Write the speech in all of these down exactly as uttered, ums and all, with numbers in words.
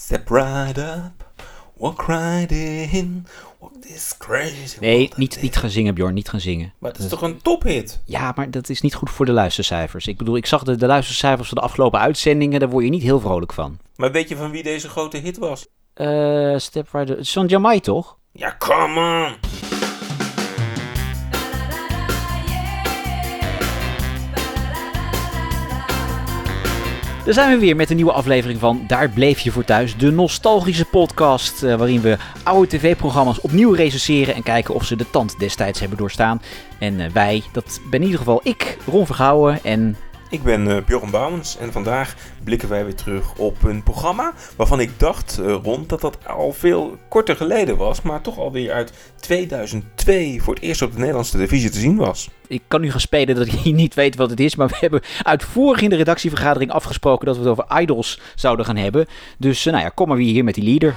Step right up, walk right in, walk this crazy. Nee, niet, niet gaan zingen, Bjorn, niet gaan zingen. Maar het is toch een tophit? Ja, maar dat is niet goed voor de luistercijfers. Ik bedoel, ik zag de, de luistercijfers van de afgelopen uitzendingen, daar word je niet heel vrolijk van. Maar weet je van wie deze grote hit was? Eh, Step Right Up, het is van Jamai, toch? Ja, come on! Daar zijn we weer met een nieuwe aflevering van Daar Bleef Je Voor Thuis. De nostalgische podcast uh, waarin we oude tv-programma's opnieuw recenseren en kijken of ze de tand destijds hebben doorstaan. En uh, wij, dat ben in ieder geval ik, Ron Vergouwen en... Ik ben uh, Bjorn Bouwens en vandaag blikken wij weer terug op een programma waarvan ik dacht, uh, Ron, dat dat al veel korter geleden was, maar toch alweer uit tweeduizend twee voor het eerst op de Nederlandse televisie te zien was. Ik kan nu gaan spelen dat ik niet weet wat het is, maar we hebben uitvoerig in de redactievergadering afgesproken dat we het over Idols zouden gaan hebben. Dus uh, nou ja, kom maar weer hier met die leader.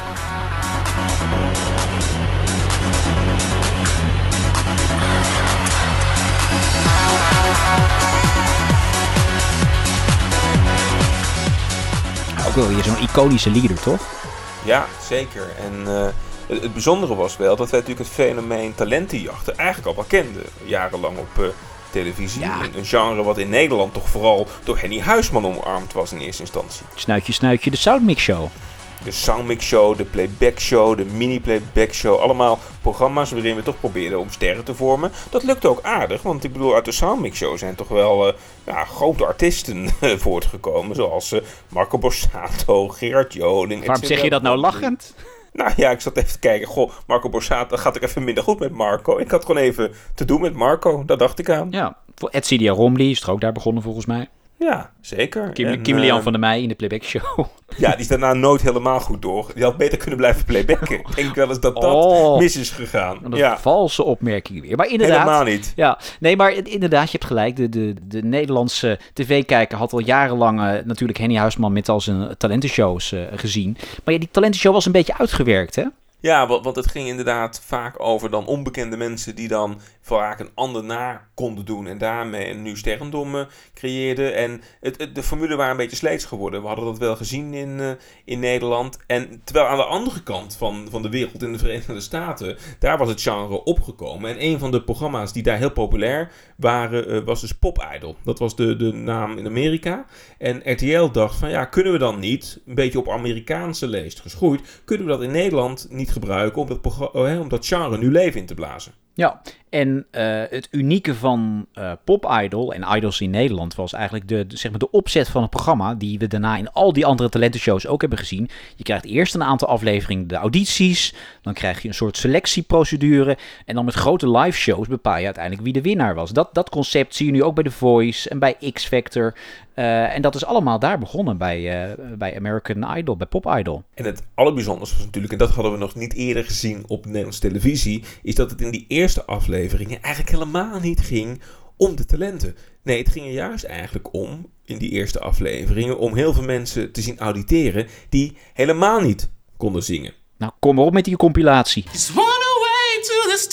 Ook wel weer zo'n iconische leader, toch? Ja, zeker. En uh, het, het bijzondere was wel dat wij natuurlijk het fenomeen talentenjachten eigenlijk al wel kenden. Jarenlang op uh, televisie. Ja. Een, een genre wat in Nederland toch vooral door Henny Huisman omarmd was in eerste instantie. Snuitje, snuitje, de Soundmix Show. De Soundmix Show, de Playback Show, de Mini Playback Show. Allemaal programma's waarin we toch probeerden om sterren te vormen. Dat lukte ook aardig, want ik bedoel, uit de Soundmix Show zijn toch wel uh, ja, grote artiesten voortgekomen. Zoals uh, Marco Borsato, Gerard Joling. Waarom zeg je dat nou lachend? Nou ja, ik zat even te kijken. Goh, Marco Borsato, gaat ik even minder goed met Marco. Ik had gewoon even te doen met Marco, daar dacht ik aan. Ja, voor Edcidia Romli is er ook daar begonnen volgens mij. Ja, zeker. Kim, en, Kim Lian uh, van der Meij in de Playback Show. Ja, die is daarna nooit helemaal goed door. Die had beter kunnen blijven playbacken. Ik denk wel eens dat dat oh, mis is gegaan. Een ja. valse opmerking weer. Maar inderdaad, helemaal niet. Ja, nee, maar inderdaad, je hebt gelijk. De, de, de Nederlandse tv-kijker had al jarenlang uh, natuurlijk Henny Huisman met al zijn talentenshows uh, gezien. Maar ja, die talentenshow was een beetje uitgewerkt, hè? Ja, want het ging inderdaad vaak over dan onbekende mensen die dan vaak een ander na konden doen en daarmee een nieuw sterrendom creëerden. En het, het, de formule waren een beetje sleets geworden. We hadden dat wel gezien in, uh, in Nederland. En terwijl aan de andere kant van, van de wereld, in de Verenigde Staten, daar was het genre opgekomen. En een van de programma's die daar heel populair waren, uh, was dus Pop Idol. Dat was de, de naam in Amerika. En R T L dacht van ja, kunnen we dan niet, een beetje op Amerikaanse leest geschoeid, kunnen we dat in Nederland niet gebruiken om dat, progr- uh, om dat genre nu leven in te blazen? Ja, en uh, het unieke van uh, Pop Idol en Idols in Nederland was eigenlijk de, de, zeg maar de opzet van het programma die we daarna in al die andere talentenshows ook hebben gezien. Je krijgt eerst een aantal afleveringen de audities, dan krijg je een soort selectieprocedure en dan met grote live shows bepaal je uiteindelijk wie de winnaar was. Dat, dat concept zie je nu ook bij The Voice en bij X Factor. Uh, en dat is allemaal daar begonnen bij, uh, bij American Idol, bij Pop Idol. En het allerbijzonderste was natuurlijk, en dat hadden we nog niet eerder gezien op Nederlandse televisie, is dat het in die eerste afleveringen eigenlijk helemaal niet ging om de talenten. Nee, het ging er juist eigenlijk om, in die eerste afleveringen, om heel veel mensen te zien auditeren die helemaal niet konden zingen. Nou, kom maar op met die compilatie. Just wanna way to the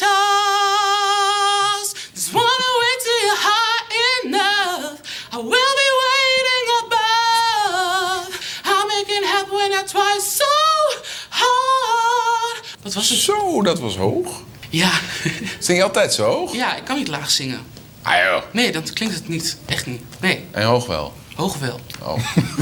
stars. Just wanna way to your high enough. I will be waiting above. I'll make it happen when I try so hard. Wat was het? Zo, dat was hoog. Ja. Zing je altijd zo hoog? Ja, ik kan niet laag zingen. Ah joh. Nee, dan klinkt het niet. Echt niet. Nee. En hoog wel? Hoog wel. Oh.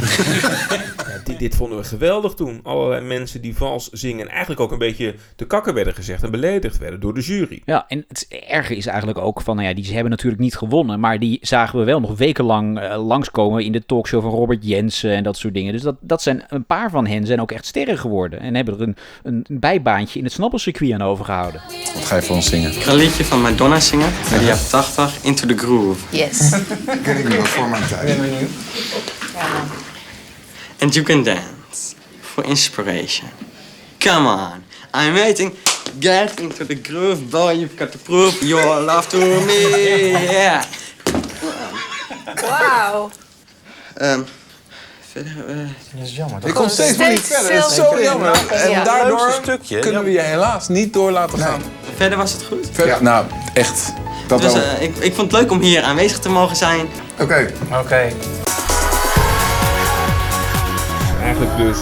Ja, dit, dit vonden we geweldig toen. Allerlei mensen die vals zingen en eigenlijk ook een beetje te kakken werden gezegd en beledigd werden door de jury. Ja, en het erge is eigenlijk ook van, nou ja, die hebben natuurlijk niet gewonnen, maar die zagen we wel nog wekenlang uh, langskomen in de talkshow van Robert Jensen en dat soort dingen. Dus dat, dat zijn, een paar van hen zijn ook echt sterren geworden en hebben er een, een bijbaantje in het snappelcircuit aan overgehouden. Wat ga je voor ons zingen? Ik ga een liedje van Madonna zingen, uit de jaren tachtig, Into the Groove. Yes. Ken ik nog voor mijn tijd. Ja. And you can dance for inspiration. Come on, I'm waiting. Get into the groove, boy, you've got to prove your love to me. Yeah. Wauw. Um, verder, uh, Dat is jammer. Ik kom steeds maar niet Steeds verder. Dat is zo zelf- jammer. En Ja. daardoor stukje. kunnen we je helaas niet door laten gaan. verder was het goed. Verder, nou, echt. Dat Dus wel. uh, ik, ik vond het leuk om hier aanwezig te mogen zijn. Oké. Eigenlijk dus ook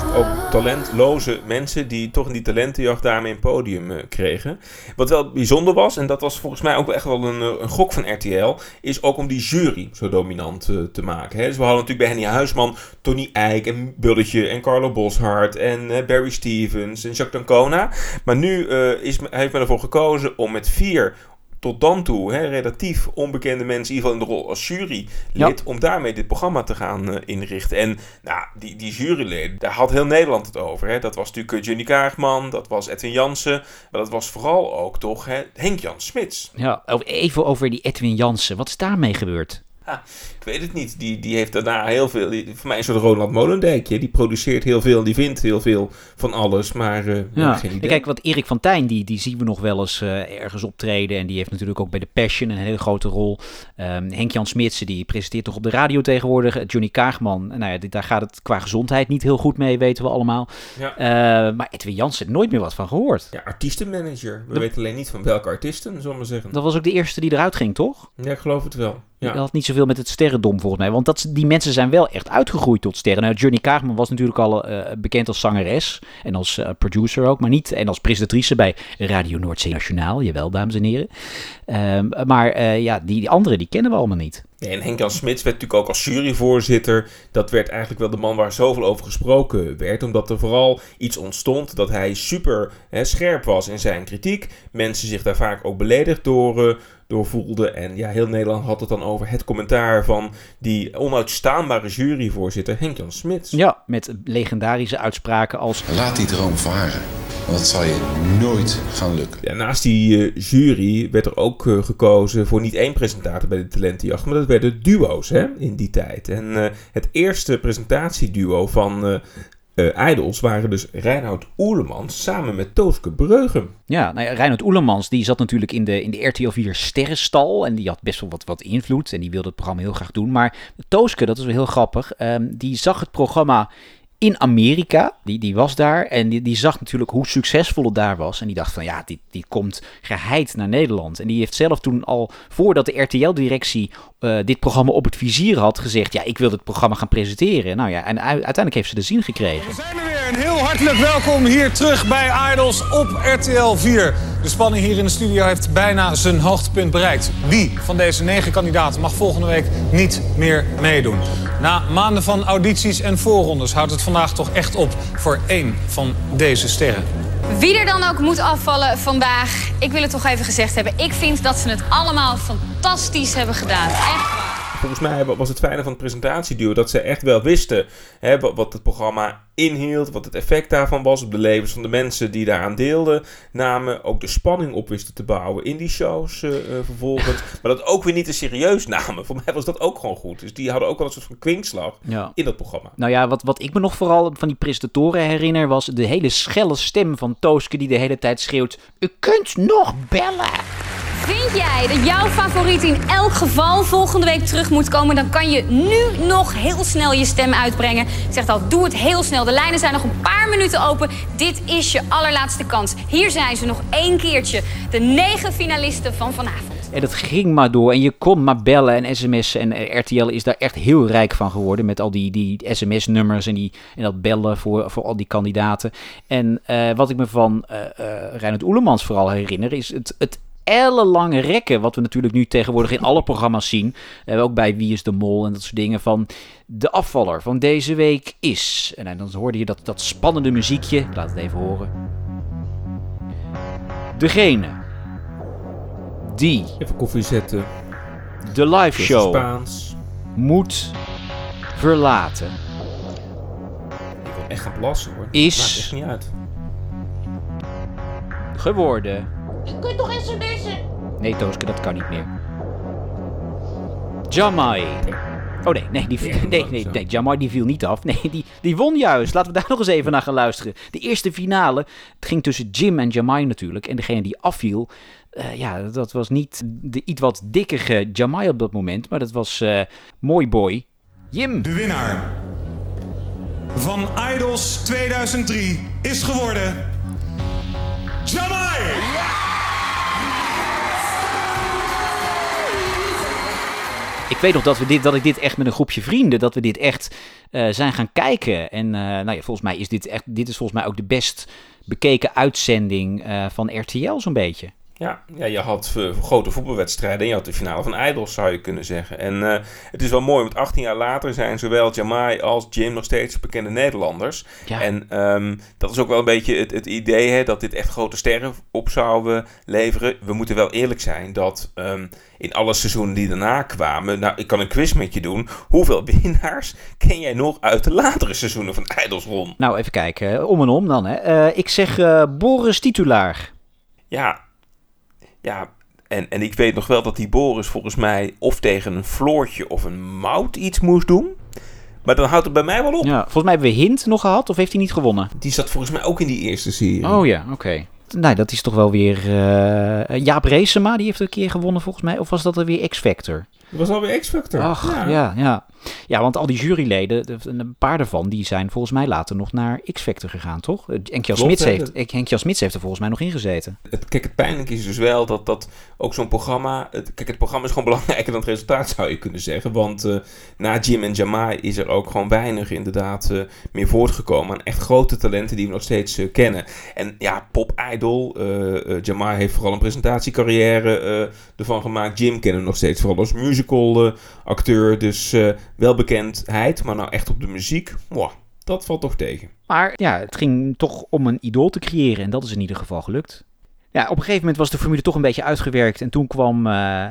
talentloze mensen die toch in die talentenjacht daarmee een podium uh, kregen. Wat wel bijzonder was, en dat was volgens mij ook wel echt wel een, een gok van R T L, is ook om die jury zo dominant uh, te maken. Hè. Dus we hadden natuurlijk bij Henny Huisman, Tony Eijk en Bulletje en Carlo Boszhard en uh, Barry Stevens en Jacques d'Ancona. Maar nu uh, is, heeft men ervoor gekozen om met vier tot dan toe hè, relatief onbekende mensen, in ieder geval in de rol als jurylid, ja. om daarmee dit programma te gaan uh, inrichten. En nou, die, die juryleden, daar had heel Nederland het over. Hè. Dat was natuurlijk uh, Johnny Kaagman, dat was Edwin Jansen, maar dat was vooral ook toch hè, Henk-Jan Smits. Ja, even over die Edwin Jansen. Wat is daarmee gebeurd? Ha, ik weet het niet. Die, die heeft daarna heel veel... Die, voor mij is het Roland Molendijkje. Die produceert heel veel en die vindt heel veel van alles. Maar uh, ja. geen idee. Kijk, wat Erik van Tijn, die, die zien we nog wel eens uh, ergens optreden. En die heeft natuurlijk ook bij de Passion een hele grote rol. Um, Henk-Jan Smits, die presenteert toch op de radio tegenwoordig. Johnny Kaagman, nou ja, die, daar gaat het qua gezondheid niet heel goed mee, weten we allemaal. Ja. Uh, maar Edwin Jansen, nooit meer wat van gehoord. Ja, artiestenmanager. We dat... weten alleen niet van welke artiesten, zullen we maar zeggen. Dat was ook de eerste die eruit ging, toch? Ja, ik geloof het wel. Ja. Dat had niet zoveel met het sterrendom volgens mij. Want dat, die mensen zijn wel echt uitgegroeid tot sterren. Nou, Johnny Kaagman was natuurlijk al uh, bekend als zangeres. En als uh, producer ook. Maar niet. En als presentatrice bij Radio Noordzee Nationaal. Jawel, dames en heren. Um, maar uh, ja, die, die anderen die kennen we allemaal niet. Ja, en Henk-Jan Smits werd natuurlijk ook als juryvoorzitter. Dat werd eigenlijk wel de man waar zoveel over gesproken werd. Omdat er vooral iets ontstond dat hij super hè, scherp was in zijn kritiek. Mensen zich daar vaak ook beledigd door, uh, door voelden. En ja, heel Nederland had het dan over het commentaar van die onuitstaanbare juryvoorzitter Henk-Jan Smits. Ja, met legendarische uitspraken als... Laat die droom varen. Want dat zal je nooit gaan lukken. Ja, naast die uh, jury werd er ook uh, gekozen voor niet één presentator bij de talentenjacht, maar dat werden duo's hè, in die tijd. En uh, het eerste presentatieduo van uh, uh, Idols waren dus Reinoud Oerlemans samen met Tooske Breugem. Ja, nou ja, Reinoud Oerlemans die zat natuurlijk in de, in de R T L vier sterrenstal en die had best wel wat, wat invloed en die wilde het programma heel graag doen. Maar Tooske, dat is wel heel grappig, um, die zag het programma in Amerika, die, die was daar en die, die zag natuurlijk hoe succesvol het daar was. En die dacht van ja, die, die komt geheid naar Nederland. En die heeft zelf toen al, voordat de R T L-directie uh, dit programma op het vizier had, gezegd ja, ik wil dit programma gaan presenteren. Nou ja, en u, uiteindelijk heeft ze de zin gekregen. We zijn er weer en heel hartelijk welkom hier terug bij Idols op R T L vier. De spanning hier in de studio heeft bijna zijn hoogtepunt bereikt. Wie van deze negen kandidaten mag volgende week niet meer meedoen? Na maanden van audities en voorrondes houdt het vandaag toch echt op voor één van deze sterren. Wie er dan ook moet afvallen vandaag, ik wil het toch even gezegd hebben. Ik vind dat ze het allemaal fantastisch hebben gedaan. Echt waar. Volgens mij was het fijne van het presentatieduo dat ze echt wel wisten hè, wat het programma inhield, wat het effect daarvan was op de levens van de mensen die daaraan deelden, namen, ook de spanning op wisten te bouwen in die shows uh, uh, vervolgens, maar dat ook weer niet te serieus namen. Voor mij was dat ook gewoon goed. Dus die hadden ook wel een soort van kwinkslag ja. in dat programma. Nou ja, wat, wat ik me nog vooral van die presentatoren herinner was de hele schelle stem van Tooske die de hele tijd schreeuwt, u kunt nog bellen. Vind jij dat jouw favoriet in elk geval volgende week terug moet komen, dan kan je nu nog heel snel je stem uitbrengen. Ik zeg het al, doe het heel snel. De lijnen zijn nog een paar minuten open. Dit is je allerlaatste kans. Hier zijn ze nog één keertje. De negen finalisten van vanavond. En dat ging maar door. En je kon maar bellen en sms'en. En R T L is daar echt heel rijk van geworden. Met al die, die sms-nummers en, die, en dat bellen voor, voor al die kandidaten. En uh, wat ik me van uh, uh, Reinoud Oerlemans vooral herinner is het... het ellenlange rekken, wat we natuurlijk nu tegenwoordig in alle programma's zien. Uh, ook bij Wie is de Mol en dat soort dingen. Van de afvaller van deze week is... En dan hoorde je dat, dat spannende muziekje. Ik laat het even horen. Degene die... Even koffie zetten. De live show moet verlaten. Ik wil echt gaan plassen hoor. Is... Maakt echt niet uit. Geworden... Je kunt toch sms'en? Nee, Tooske, dat kan niet meer. Jamai. Oh nee, nee, die, nee, nee, nee, nee, Jamai die viel niet af. Nee, die, die won juist. Laten we daar nog eens even naar gaan luisteren. De eerste finale, het ging tussen Jim en Jamai natuurlijk. En degene die afviel, uh, ja, dat was niet de iets wat dikkere Jamai op dat moment. Maar dat was uh, mooi boy Jim. De winnaar van Idols tweeduizend drie is geworden... Jamai! Ik weet nog dat, we dit, dat ik dit echt met een groepje vrienden, dat we dit echt uh, zijn gaan kijken. En uh, nou ja, volgens mij is dit echt, dit is volgens mij ook de best bekeken uitzending uh, van R T L zo'n beetje. Ja, ja, je had uh, grote voetbalwedstrijden en je had de finale van Idols, zou je kunnen zeggen. En uh, het is wel mooi, want achttien jaar later zijn zowel Jamai als Jim nog steeds bekende Nederlanders. Ja. En um, dat is ook wel een beetje het, het idee, hè, dat dit echt grote sterren op zouden leveren. We moeten wel eerlijk zijn dat um, in alle seizoenen die daarna kwamen, nou, ik kan een quiz met je doen. Hoeveel winnaars ken jij nog uit de latere seizoenen van Idols, Ron? Nou, even kijken. Om en om dan. Hè. Uh, ik zeg uh, Boris Titulaar. Ja, Ja, en, en ik weet nog wel dat die Boris volgens mij of tegen een Floortje of een Mout iets moest doen. Maar dan houdt het bij mij wel op. Ja, volgens mij hebben we Hint nog gehad, of heeft hij niet gewonnen? Die zat volgens mij ook in die eerste serie. Oh ja, oké. Okay. Nee, dat is toch wel weer... Uh, Jaap Reesema, die heeft een keer gewonnen volgens mij. Of was dat er weer X-Factor? Dat was alweer X-Factor. Ach, ja. ja, ja. Ja, want al die juryleden, een paar daarvan, die zijn volgens mij later nog naar X-Factor gegaan, toch? Henk-Jan Smits heeft, Henk-Jan Smits heeft er volgens mij nog in gezeten. Het, kijk, het pijnlijke is dus wel dat, dat ook zo'n programma... Het, kijk, het programma is gewoon belangrijker dan het resultaat, zou je kunnen zeggen. Want uh, na Jim en Jamai is er ook gewoon weinig inderdaad uh, meer voortgekomen aan echt grote talenten die we nog steeds uh, kennen. En ja, Pop Idol, uh, uh, Jamai heeft vooral een presentatiecarrière uh, ervan gemaakt. Jim kennen we nog steeds vooral als musical uh, acteur, dus uh, wel bekendheid, maar nou echt op de muziek, wow, dat valt toch tegen. Maar ja, het ging toch om een idool te creëren en dat is in ieder geval gelukt. Ja, op een gegeven moment was de formule toch een beetje uitgewerkt en toen kwam uh,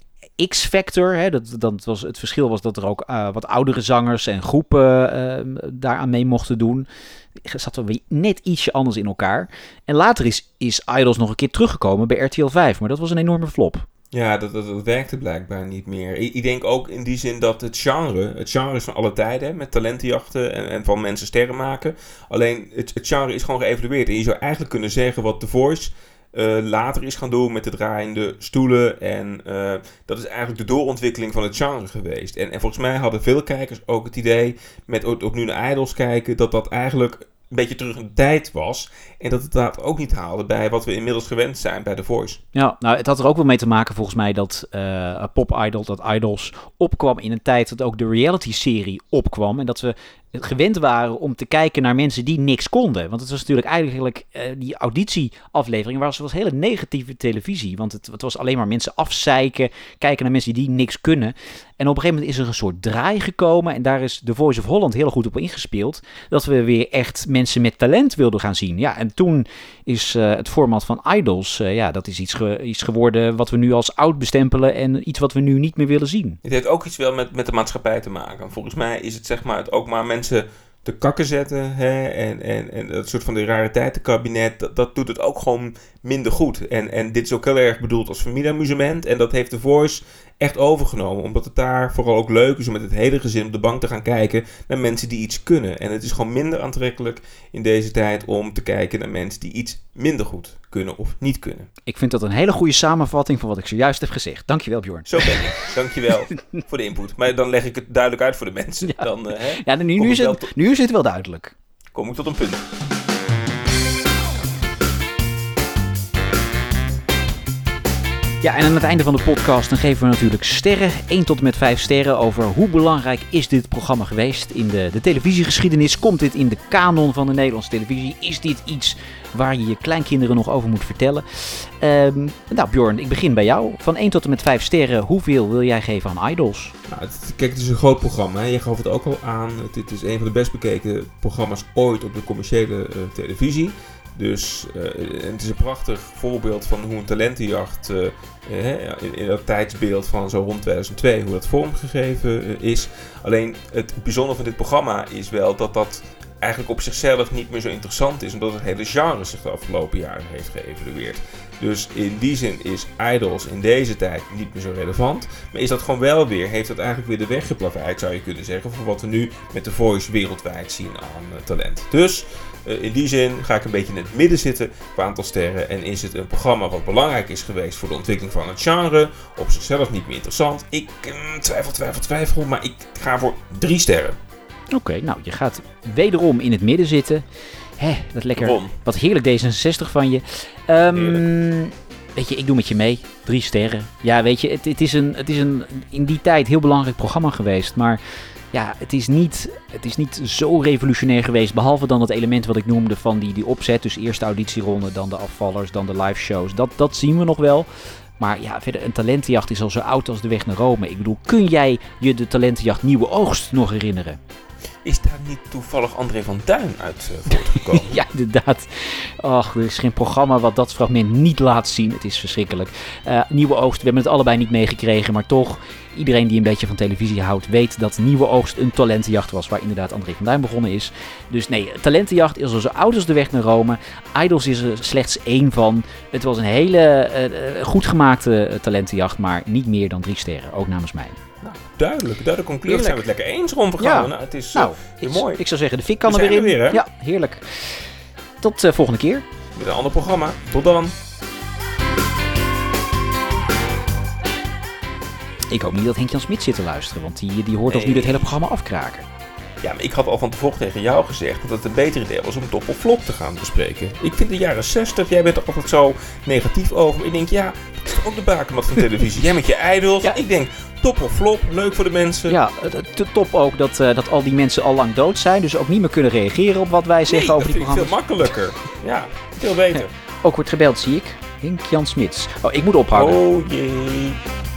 X-Factor. Hè, dat, dat was, het verschil was dat er ook uh, wat oudere zangers en groepen uh, daaraan mee mochten doen. Het zat weer net ietsje anders in elkaar. En later is, is Idols nog een keer teruggekomen bij R T L vijf, maar dat was een enorme flop. Ja, dat, dat, dat werkte blijkbaar niet meer. Ik, ik denk ook in die zin dat het genre, het genre is van alle tijden, hè, met talentenjachten en, en van mensen sterren maken. Alleen het, het genre is gewoon geëvalueerd. En je zou eigenlijk kunnen zeggen wat The Voice uh, later is gaan doen met de draaiende stoelen. En uh, dat is eigenlijk de doorontwikkeling van het genre geweest. En, en volgens mij hadden veel kijkers ook het idee, met ook, ook nu naar Idols kijken, dat dat eigenlijk een beetje terug in de tijd was. En dat het dat ook niet haalde bij wat we inmiddels gewend zijn bij The Voice. Ja, nou, het had er ook wel mee te maken volgens mij dat uh, Pop Idol, dat Idols opkwam in een tijd dat ook de reality-serie opkwam. En dat we gewend waren om te kijken naar mensen die niks konden. Want het was natuurlijk eigenlijk uh, die auditieaflevering was, was hele negatieve televisie. Want het, het was alleen maar mensen afzeiken, kijken naar mensen die niks kunnen. En op een gegeven moment is er een soort draai gekomen. En daar is The Voice of Holland heel goed op ingespeeld. Dat we weer echt mensen met talent wilden gaan zien. Ja, en toen is uh, het format van Idols, uh, ja, dat is iets, ge- iets geworden wat we nu als oud bestempelen en iets wat we nu niet meer willen zien. Het heeft ook iets wel met, met de maatschappij te maken. Volgens mij is het zeg maar het ook maar mensen te kakken zetten, hè, en, en, en dat soort van de rariteitenkabinet, dat, dat doet het ook gewoon minder goed. En, en dit is ook heel erg bedoeld als familieamusement en dat heeft The Voice echt overgenomen, omdat het daar vooral ook leuk is om met het hele gezin op de bank te gaan kijken naar mensen die iets kunnen. En het is gewoon minder aantrekkelijk in deze tijd om te kijken naar mensen die iets minder goed kunnen of niet kunnen. Ik vind dat een hele goede samenvatting van wat ik zojuist heb gezegd. Dankjewel, Bjorn. Zo ben ik. Dankjewel voor de input. Maar dan leg ik het duidelijk uit voor de mensen. Ja, dan, uh, hè, ja nu, nu, is het, tot, nu is het wel duidelijk. Kom ik tot een punt. Ja, en aan het einde van de podcast dan geven we natuurlijk sterren. één tot en met vijf sterren over hoe belangrijk is dit programma geweest in de, de televisiegeschiedenis. Komt dit in de kanon van de Nederlandse televisie? Is dit iets waar je je kleinkinderen nog over moet vertellen? Um, nou Bjorn, ik begin bij jou. Van één tot en met vijf sterren, hoeveel wil jij geven aan Idols? Nou, het, kijk, het is een groot programma. Hè. Je gaf het ook al aan. Het is een van de best bekeken programma's ooit op de commerciële uh, televisie. Dus uh, het is een prachtig voorbeeld van hoe een talentenjacht uh, in, in dat tijdsbeeld van zo rond tweeduizend twee, hoe dat vormgegeven uh, is. Alleen het bijzondere van dit programma is wel dat dat eigenlijk op zichzelf niet meer zo interessant is, omdat het hele genre zich de afgelopen jaren heeft geëvalueerd. Dus in die zin is Idols in deze tijd niet meer zo relevant. Maar is dat gewoon wel weer, heeft dat eigenlijk weer de weg geplaveid, zou je kunnen zeggen, voor wat we nu met The Voice wereldwijd zien aan uh, talent. Dus uh, in die zin ga ik een beetje in het midden zitten qua aantal sterren. En is het een programma wat belangrijk is geweest voor de ontwikkeling van het genre, op zichzelf niet meer interessant. Ik uh, twijfel, twijfel, twijfel, maar ik ga voor drie sterren. Oké, okay, nou je gaat wederom in het midden zitten. Hé, dat lekker. Ron. Wat heerlijk D zesenzestig van je. Um, weet je, ik doe met je mee. Drie sterren. Ja, weet je, het, het, is een, het is een in die tijd heel belangrijk programma geweest. Maar ja, het is niet, het is niet zo revolutionair geweest. Behalve dan het element wat ik noemde van die, die opzet. Dus eerst de auditieronde, dan de afvallers, dan de live shows. Dat, dat zien we nog wel. Maar ja, verder, een talentenjacht is al zo oud als de weg naar Rome. Ik bedoel, kun jij je de talentenjacht Nieuwe Oogst nog herinneren? Is daar niet toevallig André van Duin uit uh, voortgekomen? Ja, inderdaad. Och, er is geen programma wat dat fragment niet laat zien. Het is verschrikkelijk. Uh, Nieuwe Oogst, we hebben het allebei niet meegekregen, maar toch, iedereen die een beetje van televisie houdt, weet dat Nieuwe Oogst een talentenjacht was, waar inderdaad André van Duin begonnen is. Dus nee, talentenjacht is al zo oud als de weg naar Rome. Idols is er slechts één van. Het was een hele uh, goed gemaakte uh, talentenjacht, maar niet meer dan drie sterren, ook namens mij. Nou, duidelijk, duidelijk conclusie. Zijn we het lekker eens rondgegaan. Ja. Nou, het is nou, uh, ik, mooi. Ik zou zeggen, de fik kan we er weer in. Er weer, hè? Ja, heerlijk. Tot uh, volgende keer. Met een ander programma. Tot dan. Ik hoop niet dat Henk-Jan Smit zit te luisteren, want die, die hoort nee. ons nu dit hele programma afkraken. Ja, maar ik had al van tevoren tegen jou gezegd dat het een beter idee was om top of flop te gaan bespreken. Ik vind de jaren zestig, jij bent er altijd zo negatief over. Ik denk, ja, dat is ook de bakermat van televisie. Jij met je idols. Ja. Ik denk, top of flop, leuk voor de mensen. Ja, te top ook dat, uh, dat al die mensen al lang dood zijn, dus ook niet meer kunnen reageren op wat wij zeggen nee, over die programma's. veel makkelijker. Ja, veel beter. Ook wordt gebeld, zie ik. Henk-Jan Smits. Oh, ik moet ophouden. Oh jee.